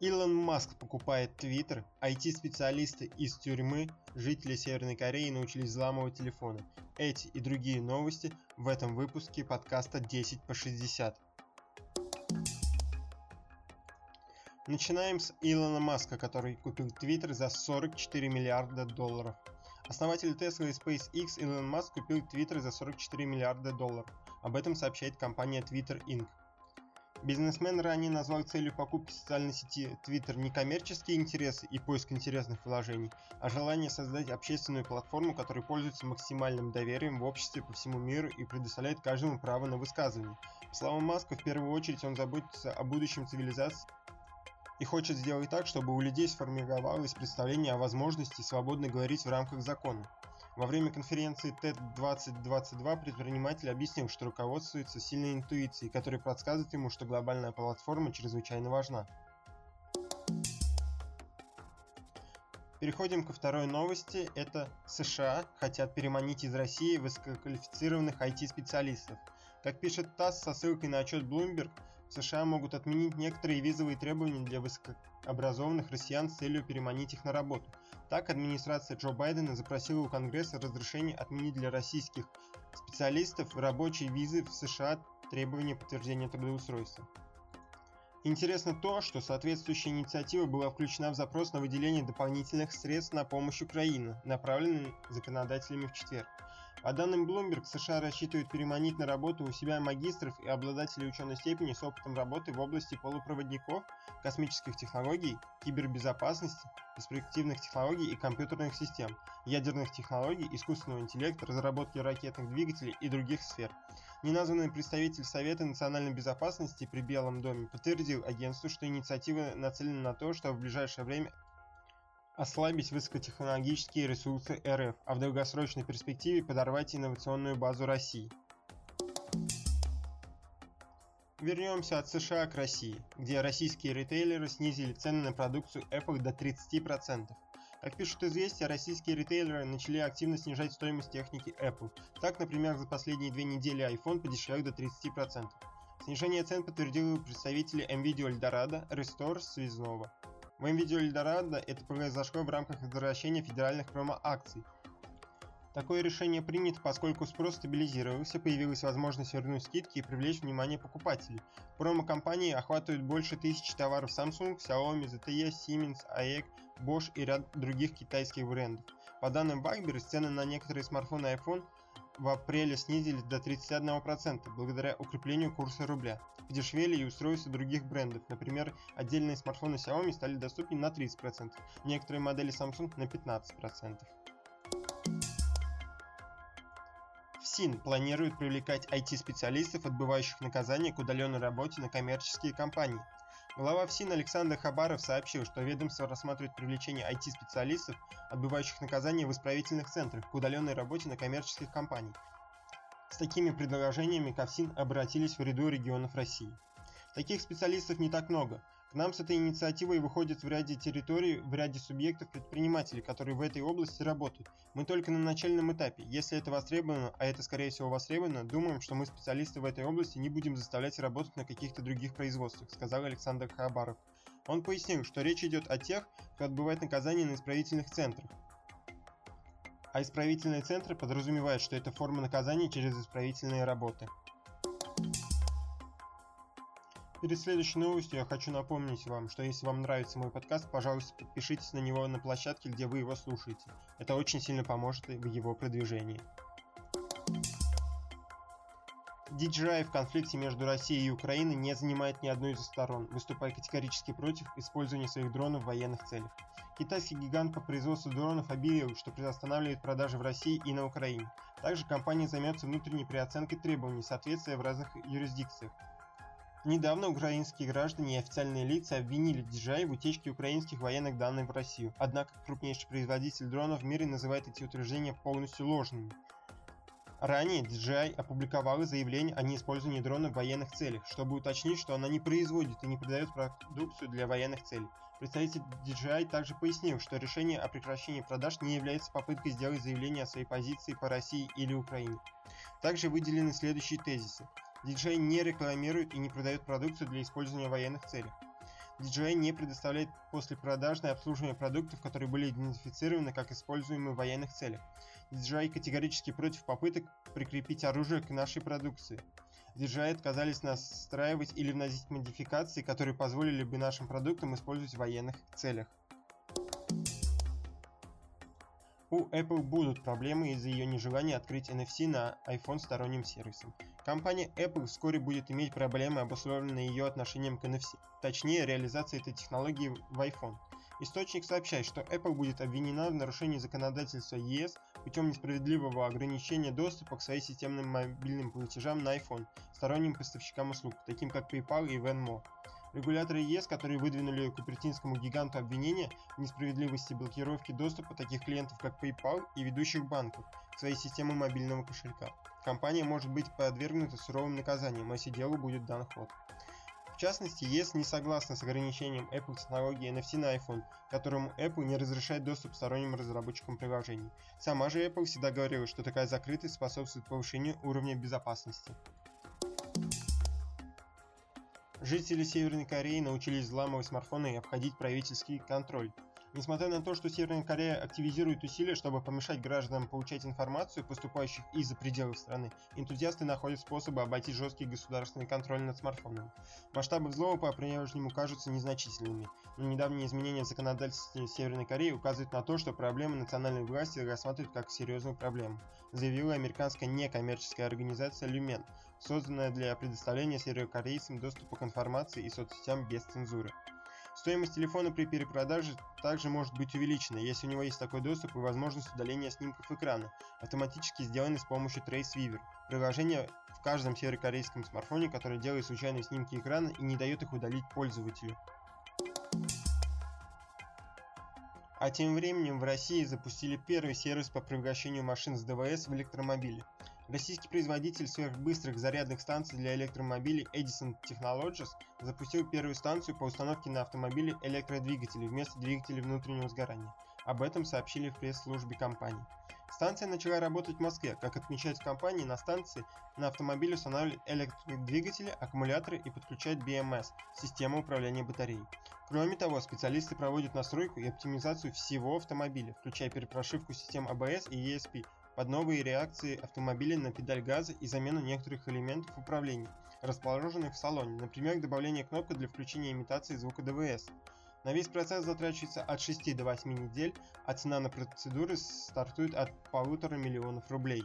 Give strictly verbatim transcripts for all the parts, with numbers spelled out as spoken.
Илон Маск покупает Твиттер, ай ти-специалисты из тюрьмы, жители Северной Кореи научились взламывать телефоны. Эти и другие новости в этом выпуске подкаста десять по шестьдесят. Начинаем с Илона Маска, который купил Твиттер за сорок четыре миллиарда долларов. Основатель Tesla и SpaceX Илон Маск купил Твиттер за сорок четыре миллиарда долларов. Об этом сообщает компания Twitter инкорпорейтед. Бизнесмен ранее назвал целью покупки социальной сети Twitter не коммерческие интересы и поиск интересных вложений, а желание создать общественную платформу, которая пользуется максимальным доверием в обществе по всему миру и предоставляет каждому право на высказывание. По словам Маска, в первую очередь он заботится о будущем цивилизации и хочет сделать так, чтобы у людей сформировалось представление о возможности свободно говорить в рамках закона. Во время конференции тед двадцать двадцать два предприниматель объяснил, что руководствуется сильной интуицией, которая подсказывает ему, что глобальная платформа чрезвычайно важна. Переходим ко второй новости. Это США хотят переманить из России высококвалифицированных ай ти-специалистов. Как пишет ТАСС со ссылкой на отчет Bloomberg, США могут отменить некоторые визовые требования для высокообразованных россиян с целью переманить их на работу. Так, администрация Джо Байдена запросила у Конгресса разрешение отменить для российских специалистов рабочие визы в США требования подтверждения трудоустройства. Интересно то, что соответствующая инициатива была включена в запрос на выделение дополнительных средств на помощь Украине, направленный законодателями в четверг. По данным Bloomberg, США рассчитывают переманить на работу у себя магистров и обладателей ученой степени с опытом работы в области полупроводников, космических технологий, кибербезопасности, перспективных технологий и компьютерных систем, ядерных технологий, искусственного интеллекта, разработки ракетных двигателей и других сфер. Неназванный представитель Совета национальной безопасности при Белом доме подтвердил агентству, что инициатива нацелена на то, чтобы в ближайшее время ослабить высокотехнологические ресурсы эр эф, а в долгосрочной перспективе подорвать инновационную базу России. Вернемся от США к России, где российские ритейлеры снизили цены на продукцию Apple до тридцати процентов. Как пишут «Известия», российские ритейлеры начали активно снижать стоимость техники Apple. Так, например, за последние две недели iPhone подешевел до тридцати процентов. Снижение цен подтвердили представители эм видео Eldorado, Restore, Связного. В эм видео Eldorado это произошло в рамках возвращения федеральных промо-акций. Такое решение принято, поскольку спрос стабилизировался, появилась возможность вернуть скидки и привлечь внимание покупателей. Промо-компании охватывают больше тысячи товаров Samsung, Xiaomi, зет тэ е, Siemens, эй и си, Bosch и ряд других китайских брендов. По данным Wildberries, цены на некоторые смартфоны iPhone в апреле снизились до тридцати одного процента благодаря укреплению курса рубля. Подешевели и устройства других брендов. Например, отдельные смартфоны Xiaomi стали доступнее на тридцать процентов, некоторые модели Samsung на пятнадцать процентов. ФСИН планирует привлекать ай ти-специалистов, отбывающих наказание к удаленной работе на коммерческие компании. Глава ФСИН Александр Хабаров сообщил, что ведомство рассматривает привлечение ай ти-специалистов, отбывающих наказание в исправительных центрах, к удаленной работе на коммерческих компаниях. С такими предложениями к ФСИН обратились в ряду регионов России. Таких специалистов не так много. К нам с этой инициативой выходят в ряде территорий, в ряде субъектов предпринимателей, которые в этой области работают. Мы только на начальном этапе. Если это востребовано, а это скорее всего востребовано, думаем, что мы специалисты в этой области не будем заставлять работать на каких-то других производствах, сказал Александр Хабаров. Он пояснил, что речь идет о тех, кто отбывает наказание на исправительных центрах. А исправительные центры подразумевают, что это форма наказания через исправительные работы. Перед следующей новостью я хочу напомнить вам, что если вам нравится мой подкаст, пожалуйста, подпишитесь на него на площадке, где вы его слушаете. Это очень сильно поможет в его продвижении. ди джей ай в конфликте между Россией и Украиной не занимает ни одной из сторон, выступая категорически против использования своих дронов в военных целях. Китайский гигант по производству дронов объявил, что приостанавливает продажи в России и на Украине. Также компания займется внутренней переоценкой требований соответствия в разных юрисдикциях. Недавно украинские граждане и официальные лица обвинили ди джей ай в утечке украинских военных данных в Россию, однако крупнейший производитель дронов в мире называет эти утверждения полностью ложными. Ранее ди джей ай опубликовала заявление о неиспользовании дрона в военных целях, чтобы уточнить, что она не производит и не продает продукцию для военных целей. Представитель ди джей ай также пояснил, что решение о прекращении продаж не является попыткой сделать заявление о своей позиции по России или Украине. Также выделены следующие тезисы. ди джей ай не рекламирует и не продает продукцию для использования в военных целях. ди джей ай не предоставляет послепродажное обслуживание продуктов, которые были идентифицированы как используемые в военных целях. ди джей ай категорически против попыток прикрепить оружие к нашей продукции. ди джей ай отказались настраивать или вносить модификации, которые позволили бы нашим продуктам использовать в военных целях. У Apple будут проблемы из-за ее нежелания открыть эн эф си на iPhone сторонним сервисом. Компания Apple вскоре будет иметь проблемы, обусловленные ее отношением к эн эф си, точнее реализацией этой технологии в iPhone. Источник сообщает, что Apple будет обвинена в нарушении законодательства е эс путем несправедливого ограничения доступа к своим системным мобильным платежам на iPhone сторонним поставщикам услуг, таким как PayPal и Venmo. Регуляторы е эс, которые выдвинули купертинскому гиганту обвинения в несправедливости блокировки доступа таких клиентов, как PayPal и ведущих банков, к своей системе мобильного кошелька. Компания может быть подвергнута суровым наказаниям, если делу будет дан ход. В частности, е эс не согласна с ограничением Apple технологии эн эф си на iPhone, которому Apple не разрешает доступ сторонним разработчикам приложений. Сама же Apple всегда говорила, что такая закрытость способствует повышению уровня безопасности. Жители Северной Кореи научились взламывать смартфоны и обходить правительский контроль. Несмотря на то, что Северная Корея активизирует усилия, чтобы помешать гражданам получать информацию, поступающих из-за пределов страны, энтузиасты находят способы обойти жесткий государственный контроль над смартфонами. Масштабы взлома по-прежнему кажутся незначительными, но недавние изменения в законодательстве Северной Кореи указывают на то, что проблемы национальной власти рассматривают как серьезную проблему, заявила американская некоммерческая организация Lumen, созданная для предоставления северокорейцам доступа к информации и соцсетям без цензуры. Стоимость телефона при перепродаже также может быть увеличена, если у него есть такой доступ и возможность удаления снимков экрана, автоматически сделанный с помощью TraceWeaver, приложение в каждом северокорейском смартфоне, которое делает случайные снимки экрана и не дает их удалить пользователю. А тем временем в России запустили первый сервис по превращению машин с дэ вэ эс в электромобили. Российский производитель сверхбыстрых зарядных станций для электромобилей Edison Technologies запустил первую станцию по установке на автомобили электродвигателей вместо двигателей внутреннего сгорания. Об этом сообщили в пресс-службе компании. Станция начала работать в Москве. Как отмечают в компании, на станции на автомобиле устанавливают электродвигатели, аккумуляторы и подключают би эм эс – систему управления батареей. Кроме того, специалисты проводят настройку и оптимизацию всего автомобиля, включая перепрошивку систем а бэ эс и и эс пи, под новые реакции автомобиля на педаль газа и замену некоторых элементов управления, расположенных в салоне, например, добавление кнопки для включения имитации звука дэ вэ эс. На весь процесс затрачивается от шести до восьми недель, а цена на процедуры стартует от полутора миллионов рублей.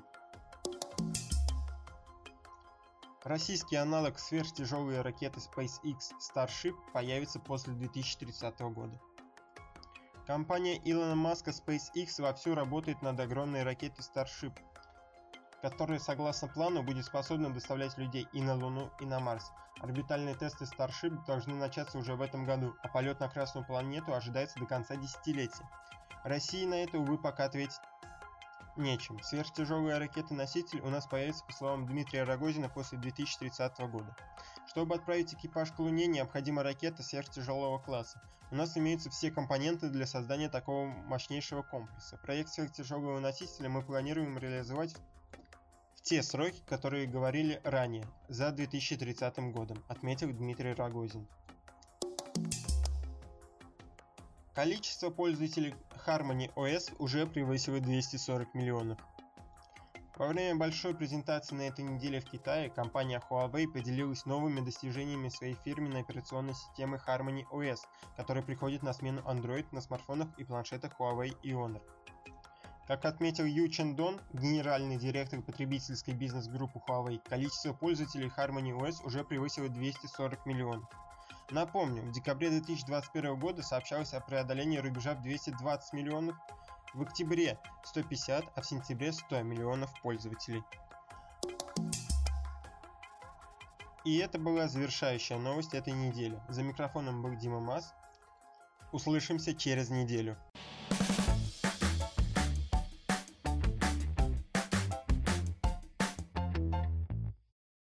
Российский аналог сверхтяжелой ракеты SpaceX Starship появится после две тысячи тридцатого года. Компания Илона Маска SpaceX вовсю работает над огромной ракетой Starship, которая, согласно плану, будет способна доставлять людей и на Луну, и на Марс. Орбитальные тесты Starship должны начаться уже в этом году, а полет на Красную планету ожидается до конца десятилетия. России на это, увы, пока ответить нечем. Сверхтяжелая ракета-носитель у нас появится, по словам Дмитрия Рогозина, после две тысячи тридцатого года. Чтобы отправить экипаж к Луне, необходима ракета сверхтяжелого класса. У нас имеются все компоненты для создания такого мощнейшего комплекса. Проект сверхтяжелого носителя мы планируем реализовать в те сроки, которые говорили ранее, за две тысячи тридцатым годом, отметил Дмитрий Рогозин. Количество пользователей Harmony о эс уже превысило двести сорок миллионов. Во время большой презентации на этой неделе в Китае компания Huawei поделилась новыми достижениями своей фирменной операционной системы Harmony о эс, которая приходит на смену Android на смартфонах и планшетах Huawei и Honor. Как отметил Ю Чендон, генеральный директор потребительской бизнес-группы Huawei, количество пользователей Harmony о эс уже превысило двести сорок миллионов. Напомню, в декабре две тысячи двадцать первого года сообщалось о преодолении рубежа в двести двадцать миллионов, в октябре сто пятьдесят, а в сентябре сто миллионов пользователей. И это была завершающая новость этой недели. За микрофоном был Дима Мас. Услышимся через неделю.